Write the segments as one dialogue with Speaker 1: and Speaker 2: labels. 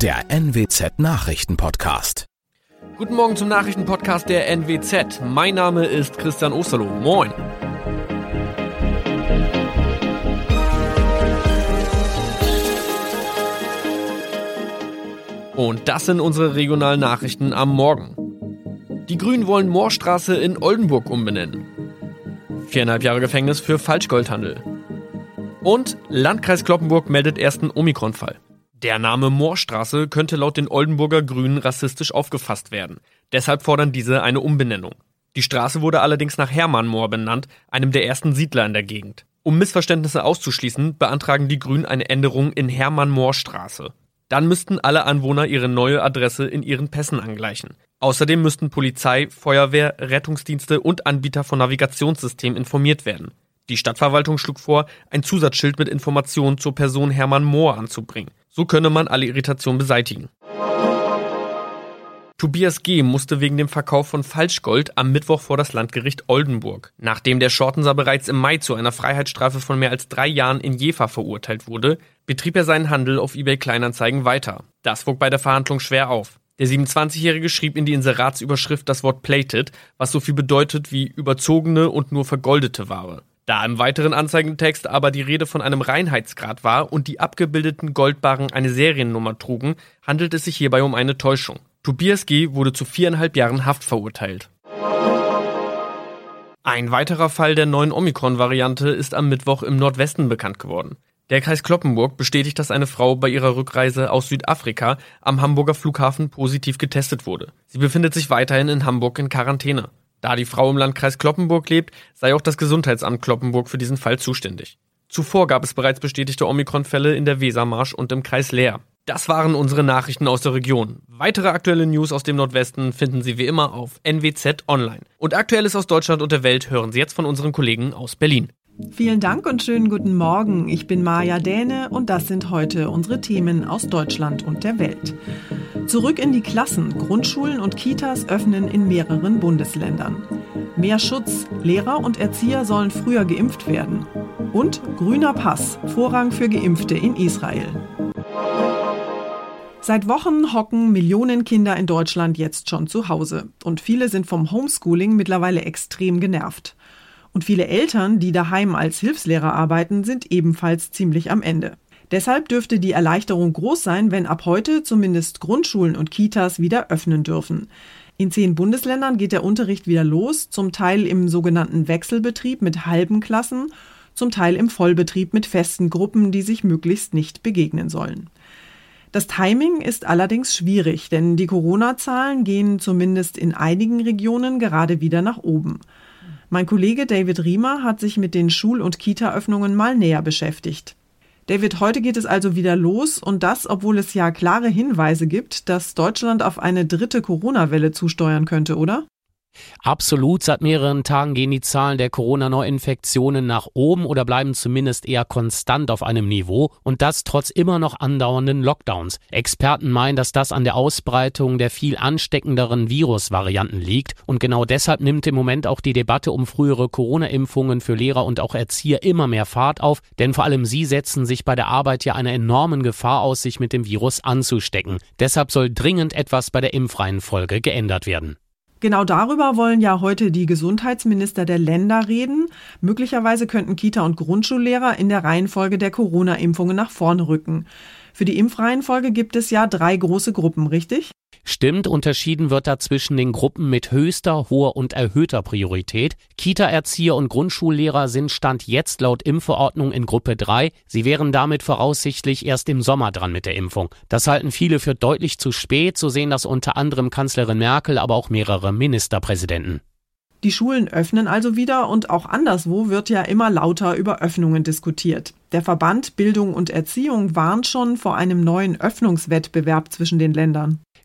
Speaker 1: der NWZ Nachrichten-Podcast.
Speaker 2: Guten Morgen zum Nachrichtenpodcast der NWZ. Mein Name ist Christian Osterloh. Moin. Und das sind unsere regionalen Nachrichten am Morgen. Die Grünen wollen Moorstraße in Oldenburg umbenennen. 4,5 Jahre Gefängnis für Falschgoldhandel. Und Landkreis Cloppenburg meldet ersten Omikron-Fall. Der Name Moorstraße könnte laut den Oldenburger Grünen rassistisch aufgefasst werden. Deshalb fordern diese eine Umbenennung. Die Straße wurde allerdings nach Hermann Mohr benannt, einem der ersten Siedler in der Gegend. Um Missverständnisse auszuschließen, beantragen die Grünen eine Änderung in Hermann-Mohr-Straße. Dann müssten alle Anwohner ihre neue Adresse in ihren Pässen angleichen. Außerdem müssten Polizei, Feuerwehr, Rettungsdienste und Anbieter von Navigationssystemen informiert werden. Die Stadtverwaltung schlug vor, ein Zusatzschild mit Informationen zur Person Hermann Mohr anzubringen. So könne man alle Irritationen beseitigen. Tobias G. musste wegen dem Verkauf von Falschgold am Mittwoch vor das Landgericht Oldenburg. Nachdem der Schortenser bereits im Mai zu einer Freiheitsstrafe von mehr als 3 Jahren in Jever verurteilt wurde, betrieb er seinen Handel auf eBay Kleinanzeigen weiter. Das wog bei der Verhandlung schwer auf. Der 27-Jährige schrieb in die Inseratsüberschrift das Wort plated, was so viel bedeutet wie überzogene und nur vergoldete Ware. Da im weiteren Anzeigentext aber die Rede von einem Reinheitsgrad war und die abgebildeten Goldbarren eine Seriennummer trugen, handelt es sich hierbei um eine Täuschung. Tobias G. wurde zu 4,5 Jahren Haft verurteilt. Ein weiterer Fall der neuen Omikron-Variante ist am Mittwoch im Nordwesten bekannt geworden. Der Kreis Cloppenburg bestätigt, dass eine Frau bei ihrer Rückreise aus Südafrika am Hamburger Flughafen positiv getestet wurde. Sie befindet sich weiterhin in Hamburg in Quarantäne. Da die Frau im Landkreis Cloppenburg lebt, sei auch das Gesundheitsamt Cloppenburg für diesen Fall zuständig. Zuvor gab es bereits bestätigte Omikron-Fälle in der Wesermarsch und im Kreis Leer. Das waren unsere Nachrichten aus der Region. Weitere aktuelle News aus dem Nordwesten finden Sie wie immer auf NWZ Online. Und Aktuelles aus Deutschland und der Welt hören Sie jetzt von unseren Kollegen aus Berlin.
Speaker 3: Vielen Dank und schönen guten Morgen. Ich bin Maja Däne und das sind heute unsere Themen aus Deutschland und der Welt. Zurück in die Klassen. Grundschulen und Kitas öffnen in mehreren Bundesländern. Mehr Schutz. Lehrer und Erzieher sollen früher geimpft werden. Und grüner Pass. Vorrang für Geimpfte in Israel. Seit Wochen hocken Millionen Kinder in Deutschland jetzt schon zu Hause. Und viele sind vom Homeschooling mittlerweile extrem genervt. Und viele Eltern, die daheim als Hilfslehrer arbeiten, sind ebenfalls ziemlich am Ende. Deshalb dürfte die Erleichterung groß sein, wenn ab heute zumindest Grundschulen und Kitas wieder öffnen dürfen. In 10 Bundesländern geht der Unterricht wieder los, zum Teil im sogenannten Wechselbetrieb mit halben Klassen, zum Teil im Vollbetrieb mit festen Gruppen, die sich möglichst nicht begegnen sollen. Das Timing ist allerdings schwierig, denn die Corona-Zahlen gehen zumindest in einigen Regionen gerade wieder nach oben. Mein Kollege David Riemer hat sich mit den Schul- und Kita-Öffnungen mal näher beschäftigt. David, heute geht es also wieder los und das, obwohl es ja klare Hinweise gibt, dass Deutschland auf eine 3. Corona-Welle zusteuern könnte, oder?
Speaker 4: Absolut, seit mehreren Tagen gehen die Zahlen der Corona-Neuinfektionen nach oben oder bleiben zumindest eher konstant auf einem Niveau und das trotz immer noch andauernden Lockdowns. Experten meinen, dass das an der Ausbreitung der viel ansteckenderen Virusvarianten liegt und genau deshalb nimmt im Moment auch die Debatte um frühere Corona-Impfungen für Lehrer und auch Erzieher immer mehr Fahrt auf, denn vor allem sie setzen sich bei der Arbeit ja einer enormen Gefahr aus, sich mit dem Virus anzustecken. Deshalb soll dringend etwas bei der Impfreihenfolge geändert werden.
Speaker 3: Genau darüber wollen ja heute die Gesundheitsminister der Länder reden. Möglicherweise könnten Kita- und Grundschullehrer in der Reihenfolge der Corona-Impfungen nach vorne rücken. Für die Impfreihenfolge gibt es ja 3 große Gruppen, richtig?
Speaker 4: Stimmt, unterschieden wird da zwischen den Gruppen mit höchster, hoher und erhöhter Priorität. Kita-Erzieher und Grundschullehrer sind Stand jetzt laut Impfverordnung in Gruppe 3. Sie wären damit voraussichtlich erst im Sommer dran mit der Impfung. Das halten viele für deutlich zu spät, so sehen das unter anderem Kanzlerin Merkel, aber auch mehrere Ministerpräsidenten.
Speaker 3: Die Schulen öffnen also wieder und auch anderswo wird ja immer lauter über Öffnungen diskutiert. Der Verband Bildung und Erziehung warnt schon vor einem neuen Öffnungswettbewerb zwischen den Ländern.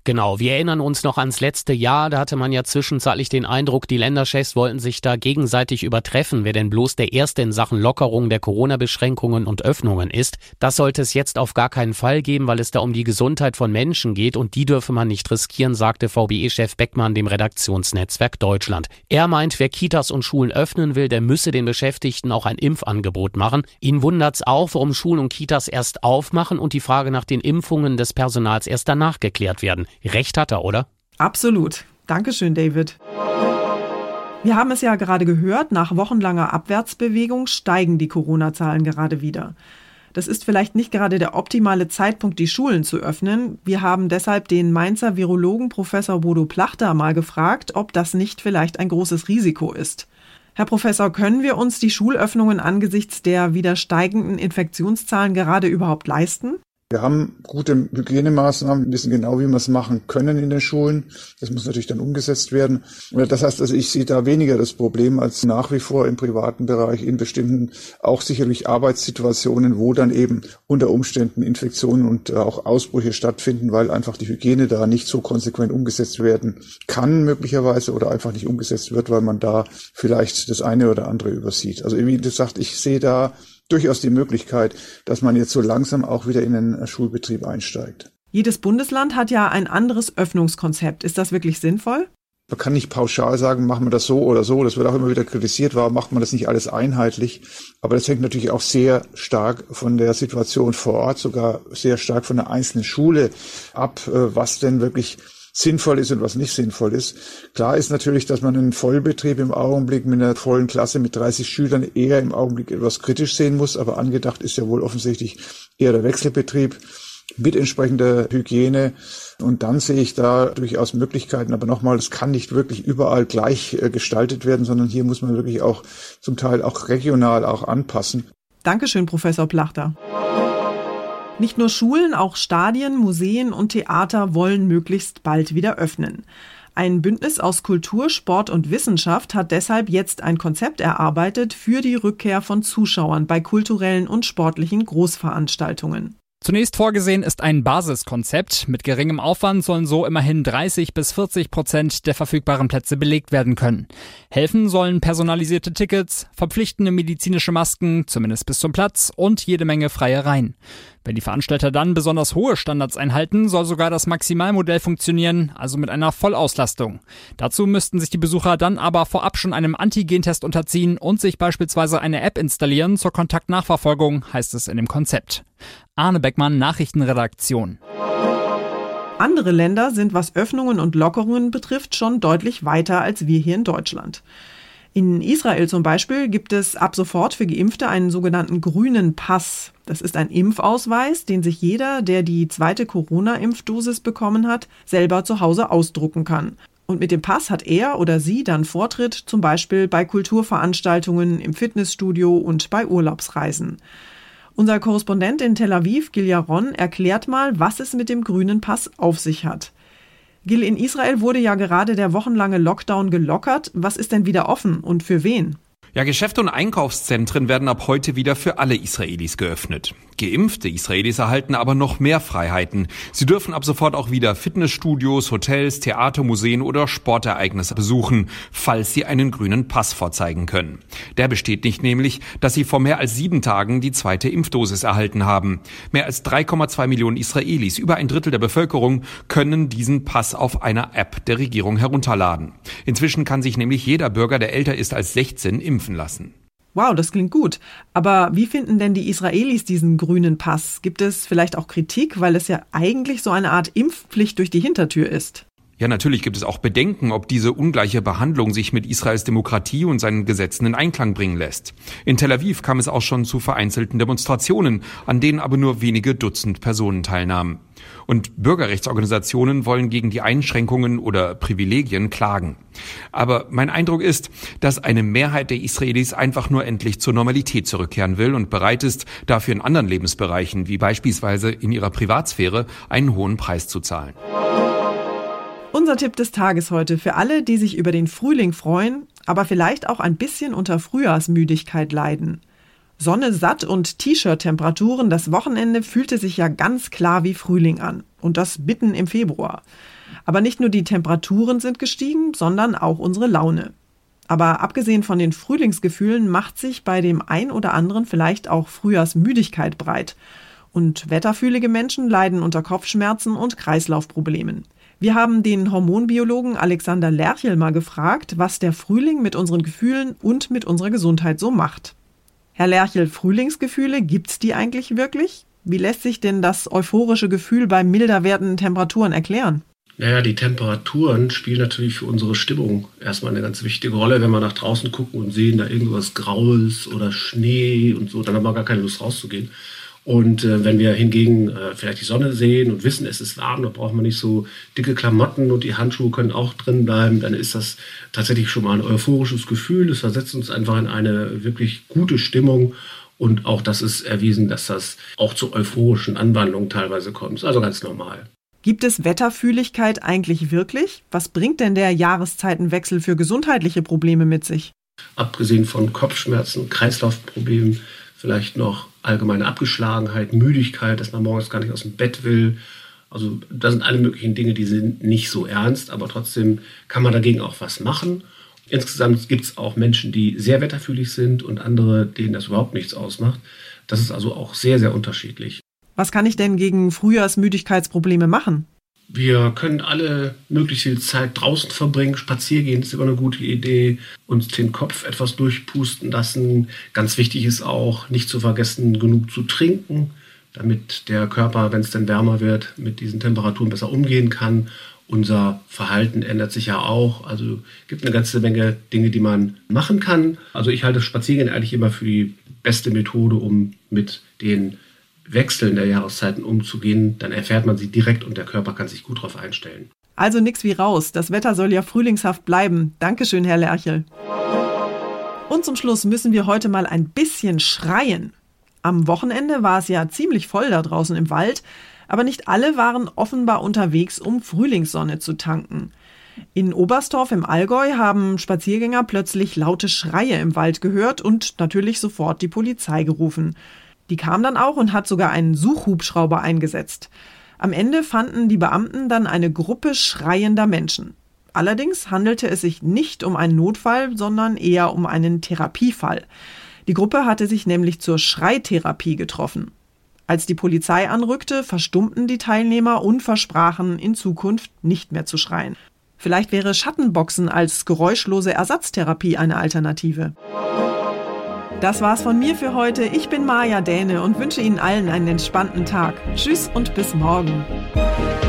Speaker 4: Genau, wir erinnern uns noch ans letzte Jahr, da hatte man ja zwischenzeitlich den Eindruck, die Länderchefs wollten sich da gegenseitig übertreffen, wer denn bloß der Erste in Sachen Lockerung der Corona-Beschränkungen und Öffnungen ist. Das sollte es jetzt auf gar keinen Fall geben, weil es da um die Gesundheit von Menschen geht und die dürfe man nicht riskieren, sagte VBE-Chef Beckmann dem Redaktionsnetzwerk Deutschland. Er meint, wer Kitas und Schulen öffnen will, der müsse den Beschäftigten auch ein Impfangebot machen. Ihn wundert's auch, warum Schulen und Kitas erst aufmachen und die Frage nach den Impfungen des Personals erst danach geklärt werden. Recht hat er, oder?
Speaker 3: Absolut. Dankeschön, David. Wir haben es ja gerade gehört, nach wochenlanger Abwärtsbewegung steigen die Corona-Zahlen gerade wieder. Das ist vielleicht nicht gerade der optimale Zeitpunkt, die Schulen zu öffnen. Wir haben deshalb den Mainzer Virologen Professor Bodo Plachter mal gefragt, ob das nicht vielleicht ein großes Risiko ist. Herr Professor, können wir uns die Schulöffnungen angesichts der wieder steigenden Infektionszahlen gerade überhaupt leisten?
Speaker 5: Wir haben gute Hygienemaßnahmen, wir wissen genau, wie wir es machen können in den Schulen. Das muss natürlich dann umgesetzt werden. Das heißt, also ich sehe da weniger das Problem als nach wie vor im privaten Bereich in bestimmten, auch sicherlich Arbeitssituationen, wo dann eben unter Umständen Infektionen und auch Ausbrüche stattfinden, weil einfach die Hygiene da nicht so konsequent umgesetzt werden kann möglicherweise oder einfach nicht umgesetzt wird, weil man da vielleicht das eine oder andere übersieht. Also wie gesagt, ich sehe da durchaus die Möglichkeit, dass man jetzt so langsam auch wieder in den Schulbetrieb einsteigt.
Speaker 3: Jedes Bundesland hat ja ein anderes Öffnungskonzept. Ist das wirklich sinnvoll?
Speaker 5: Man kann nicht pauschal sagen, machen wir das so oder so. Das wird auch immer wieder kritisiert. Warum macht man das nicht alles einheitlich? Aber das hängt natürlich auch sehr stark von der Situation vor Ort, sogar sehr stark von der einzelnen Schule ab, was denn wirklich sinnvoll ist und was nicht sinnvoll ist. Klar ist natürlich, dass man einen Vollbetrieb im Augenblick mit einer vollen Klasse mit 30 Schülern eher im Augenblick etwas kritisch sehen muss, aber angedacht ist ja wohl offensichtlich eher der Wechselbetrieb mit entsprechender Hygiene. Und dann sehe ich da durchaus Möglichkeiten. Aber nochmal, es kann nicht wirklich überall gleich gestaltet werden, sondern hier muss man wirklich auch zum Teil auch regional auch anpassen.
Speaker 3: Dankeschön, Professor Plachter. Nicht nur Schulen, auch Stadien, Museen und Theater wollen möglichst bald wieder öffnen. Ein Bündnis aus Kultur, Sport und Wissenschaft hat deshalb jetzt ein Konzept erarbeitet für die Rückkehr von Zuschauern bei kulturellen und sportlichen Großveranstaltungen.
Speaker 6: Zunächst vorgesehen ist ein Basiskonzept. Mit geringem Aufwand sollen so immerhin 30-40% der verfügbaren Plätze belegt werden können. Helfen sollen personalisierte Tickets, verpflichtende medizinische Masken, zumindest bis zum Platz, und jede Menge freie Reihen. Wenn die Veranstalter dann besonders hohe Standards einhalten, soll sogar das Maximalmodell funktionieren, also mit einer Vollauslastung. Dazu müssten sich die Besucher dann aber vorab schon einem Antigentest unterziehen und sich beispielsweise eine App installieren zur Kontaktnachverfolgung, heißt es in dem Konzept. Arne Beckmann, Nachrichtenredaktion.
Speaker 3: Andere Länder sind, was Öffnungen und Lockerungen betrifft, schon deutlich weiter als wir hier in Deutschland. In Israel zum Beispiel gibt es ab sofort für Geimpfte einen sogenannten grünen Pass. Das ist ein Impfausweis, den sich jeder, der die zweite Corona-Impfdosis bekommen hat, selber zu Hause ausdrucken kann. Und mit dem Pass hat er oder sie dann Vortritt, zum Beispiel bei Kulturveranstaltungen, im Fitnessstudio und bei Urlaubsreisen. Unser Korrespondent in Tel Aviv, Gil Yaron, erklärt mal, was es mit dem grünen Pass auf sich hat. Gil, in Israel wurde ja gerade der wochenlange Lockdown gelockert. Was ist denn wieder offen und für wen?
Speaker 7: Ja, Geschäfte und Einkaufszentren werden ab heute wieder für alle Israelis geöffnet. Geimpfte Israelis erhalten aber noch mehr Freiheiten. Sie dürfen ab sofort auch wieder Fitnessstudios, Hotels, Theater, Museen oder Sportereignisse besuchen, falls sie einen grünen Pass vorzeigen können. Der besteht nicht nämlich, dass sie vor mehr als 7 Tagen die zweite Impfdosis erhalten haben. Mehr als 3,2 Millionen Israelis, über ein Drittel der Bevölkerung, können diesen Pass auf einer App der Regierung herunterladen. Inzwischen kann sich nämlich jeder Bürger, der älter ist als 16, impfen lassen.
Speaker 3: Wow, das klingt gut. Aber wie finden denn die Israelis diesen grünen Pass? Gibt es vielleicht auch Kritik, weil es ja eigentlich so eine Art Impfpflicht durch die Hintertür ist?
Speaker 7: Ja, natürlich gibt es auch Bedenken, ob diese ungleiche Behandlung sich mit Israels Demokratie und seinen Gesetzen in Einklang bringen lässt. In Tel Aviv kam es auch schon zu vereinzelten Demonstrationen, an denen aber nur wenige Dutzend Personen teilnahmen. Und Bürgerrechtsorganisationen wollen gegen die Einschränkungen oder Privilegien klagen. Aber mein Eindruck ist, dass eine Mehrheit der Israelis einfach nur endlich zur Normalität zurückkehren will und bereit ist, dafür in anderen Lebensbereichen, wie beispielsweise in ihrer Privatsphäre, einen hohen Preis zu zahlen.
Speaker 3: Unser Tipp des Tages heute für alle, die sich über den Frühling freuen, aber vielleicht auch ein bisschen unter Frühjahrsmüdigkeit leiden. Sonne satt und T-Shirt-Temperaturen, das Wochenende fühlte sich ja ganz klar wie Frühling an. Und das mitten im Februar. Aber nicht nur die Temperaturen sind gestiegen, sondern auch unsere Laune. Aber abgesehen von den Frühlingsgefühlen macht sich bei dem ein oder anderen vielleicht auch Frühjahrsmüdigkeit breit. Und wetterfühlige Menschen leiden unter Kopfschmerzen und Kreislaufproblemen. Wir haben den Hormonbiologen Alexander Lerchel mal gefragt, was der Frühling mit unseren Gefühlen und mit unserer Gesundheit so macht. Herr Lerchel, Frühlingsgefühle, gibt's die eigentlich wirklich? Wie lässt sich denn das euphorische Gefühl bei milder werdenden Temperaturen erklären?
Speaker 8: Naja, die Temperaturen spielen natürlich für unsere Stimmung erstmal eine ganz wichtige Rolle. Wenn wir nach draußen gucken und sehen da irgendwas Graues oder Schnee und so, dann haben wir gar keine Lust rauszugehen. Und wenn wir hingegen vielleicht die Sonne sehen und wissen, es ist warm, dann braucht man nicht so dicke Klamotten und die Handschuhe können auch drin bleiben, dann ist das tatsächlich schon mal ein euphorisches Gefühl. Das versetzt uns einfach in eine wirklich gute Stimmung. Und auch das ist erwiesen, dass das auch zu euphorischen Anwandlungen teilweise kommt. Also ganz normal.
Speaker 3: Gibt es Wetterfühligkeit eigentlich wirklich? Was bringt denn der Jahreszeitenwechsel für gesundheitliche Probleme mit sich?
Speaker 8: Abgesehen von Kopfschmerzen, Kreislaufproblemen, vielleicht noch allgemeine Abgeschlagenheit, Müdigkeit, dass man morgens gar nicht aus dem Bett will. Also das sind alle möglichen Dinge, die sind nicht so ernst, aber trotzdem kann man dagegen auch was machen. Insgesamt gibt es auch Menschen, die sehr wetterfühlig sind und andere, denen das überhaupt nichts ausmacht. Das ist also auch sehr, sehr unterschiedlich.
Speaker 3: Was kann ich denn gegen Frühjahrsmüdigkeitsprobleme machen?
Speaker 8: Wir können alle möglichst viel Zeit draußen verbringen. Spaziergehen ist immer eine gute Idee. Uns den Kopf etwas durchpusten lassen. Ganz wichtig ist auch, nicht zu vergessen, genug zu trinken, damit der Körper, wenn es dann wärmer wird, mit diesen Temperaturen besser umgehen kann. Unser Verhalten ändert sich ja auch. Also gibt eine ganze Menge Dinge, die man machen kann. Also ich halte Spaziergehen eigentlich immer für die beste Methode, um mit den Wechseln der Jahreszeiten umzugehen. Dann erfährt man sie direkt und der Körper kann sich gut darauf einstellen.
Speaker 3: Also nix wie raus. Das Wetter soll ja frühlingshaft bleiben. Dankeschön, Herr Lerchel. Und zum Schluss müssen wir heute mal ein bisschen schreien. Am Wochenende war es ja ziemlich voll da draußen im Wald, aber nicht alle waren offenbar unterwegs, um Frühlingssonne zu tanken. In Oberstdorf im Allgäu haben Spaziergänger plötzlich laute Schreie im Wald gehört und natürlich sofort die Polizei gerufen. Die kam dann auch und hat sogar einen Suchhubschrauber eingesetzt. Am Ende fanden die Beamten dann eine Gruppe schreiender Menschen. Allerdings handelte es sich nicht um einen Notfall, sondern eher um einen Therapiefall. Die Gruppe hatte sich nämlich zur Schreitherapie getroffen. Als die Polizei anrückte, verstummten die Teilnehmer und versprachen, in Zukunft nicht mehr zu schreien. Vielleicht wäre Schattenboxen als geräuschlose Ersatztherapie eine Alternative. Das war's von mir für heute. Ich bin Maja Däne und wünsche Ihnen allen einen entspannten Tag. Tschüss und bis morgen.